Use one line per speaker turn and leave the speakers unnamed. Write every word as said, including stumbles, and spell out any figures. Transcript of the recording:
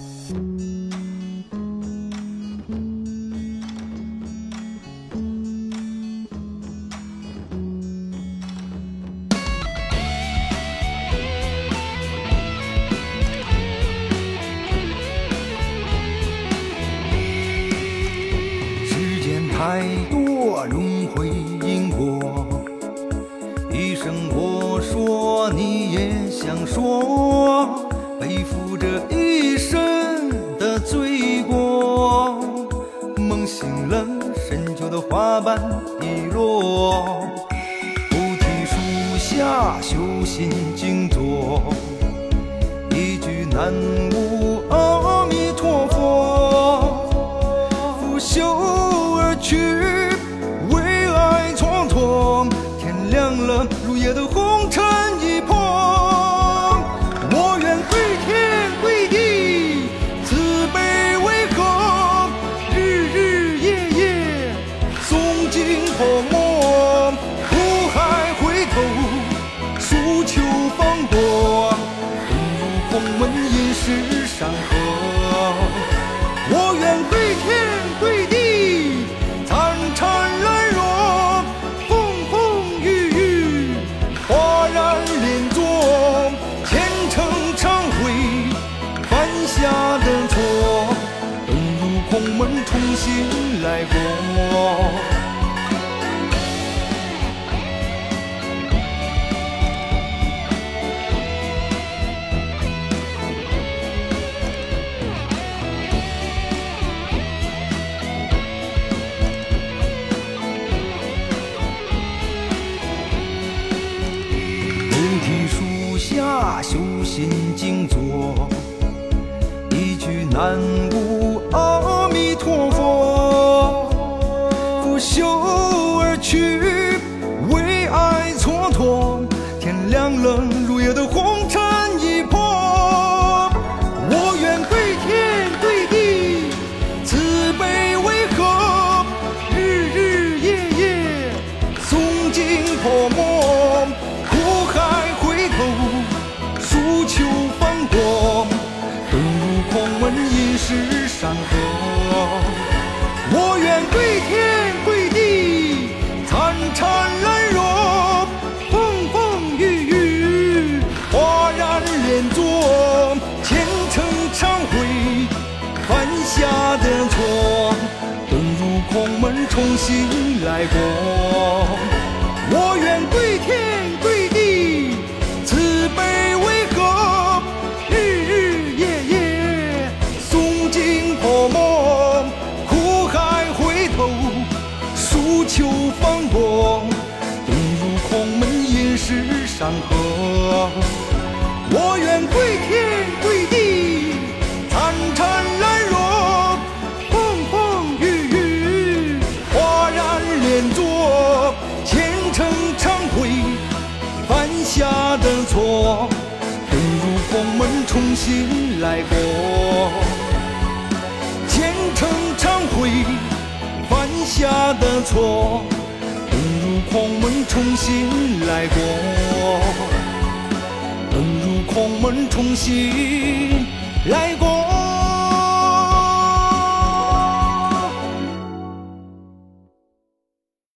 太多轮回因果，一生我说你也想说，背负着一生的罪过。梦醒了，深秋的花瓣已落，菩提树下修行静坐，一句南无阿弥陀佛，拂袖而去，为爱蹉跎。天亮了，入夜的红尘一破，我愿跪天跪地，慈悲为何？日日夜夜诵经破墨，苦海回头，数秋放过，遁入空门饮食山河。我愿跪天跪地，惨惨烂若，风风雨雨，哗然连坐，虔诚忏悔犯下的错，遁入空门重新来过。树下修行静坐，一句南无阿弥陀佛，拂袖而去，为爱蹉跎。天亮了，入夜的红尘已破，我愿跪天跪地，慈悲为何？日日夜夜诵经破墨，苦海回头，数秋放过，遁入空门饮食山河。我愿跪天跪地，惨惨烂若，风风雨雨，哗然连坐，虔诚忏悔犯下的错，遁入空门重新来过。我愿跪天跪地，慈悲为何？日日夜夜诵经破墨，苦海回头，数秋放过，遁入空门饮食山河。我愿跪天跪地，惨惨烂若，风风雨雨，哗然连坐，虔诚忏悔犯下的错，遁入空门重新来过。虔诚忏悔犯下的错，遁入空门重新来过，遁入空门重新来过。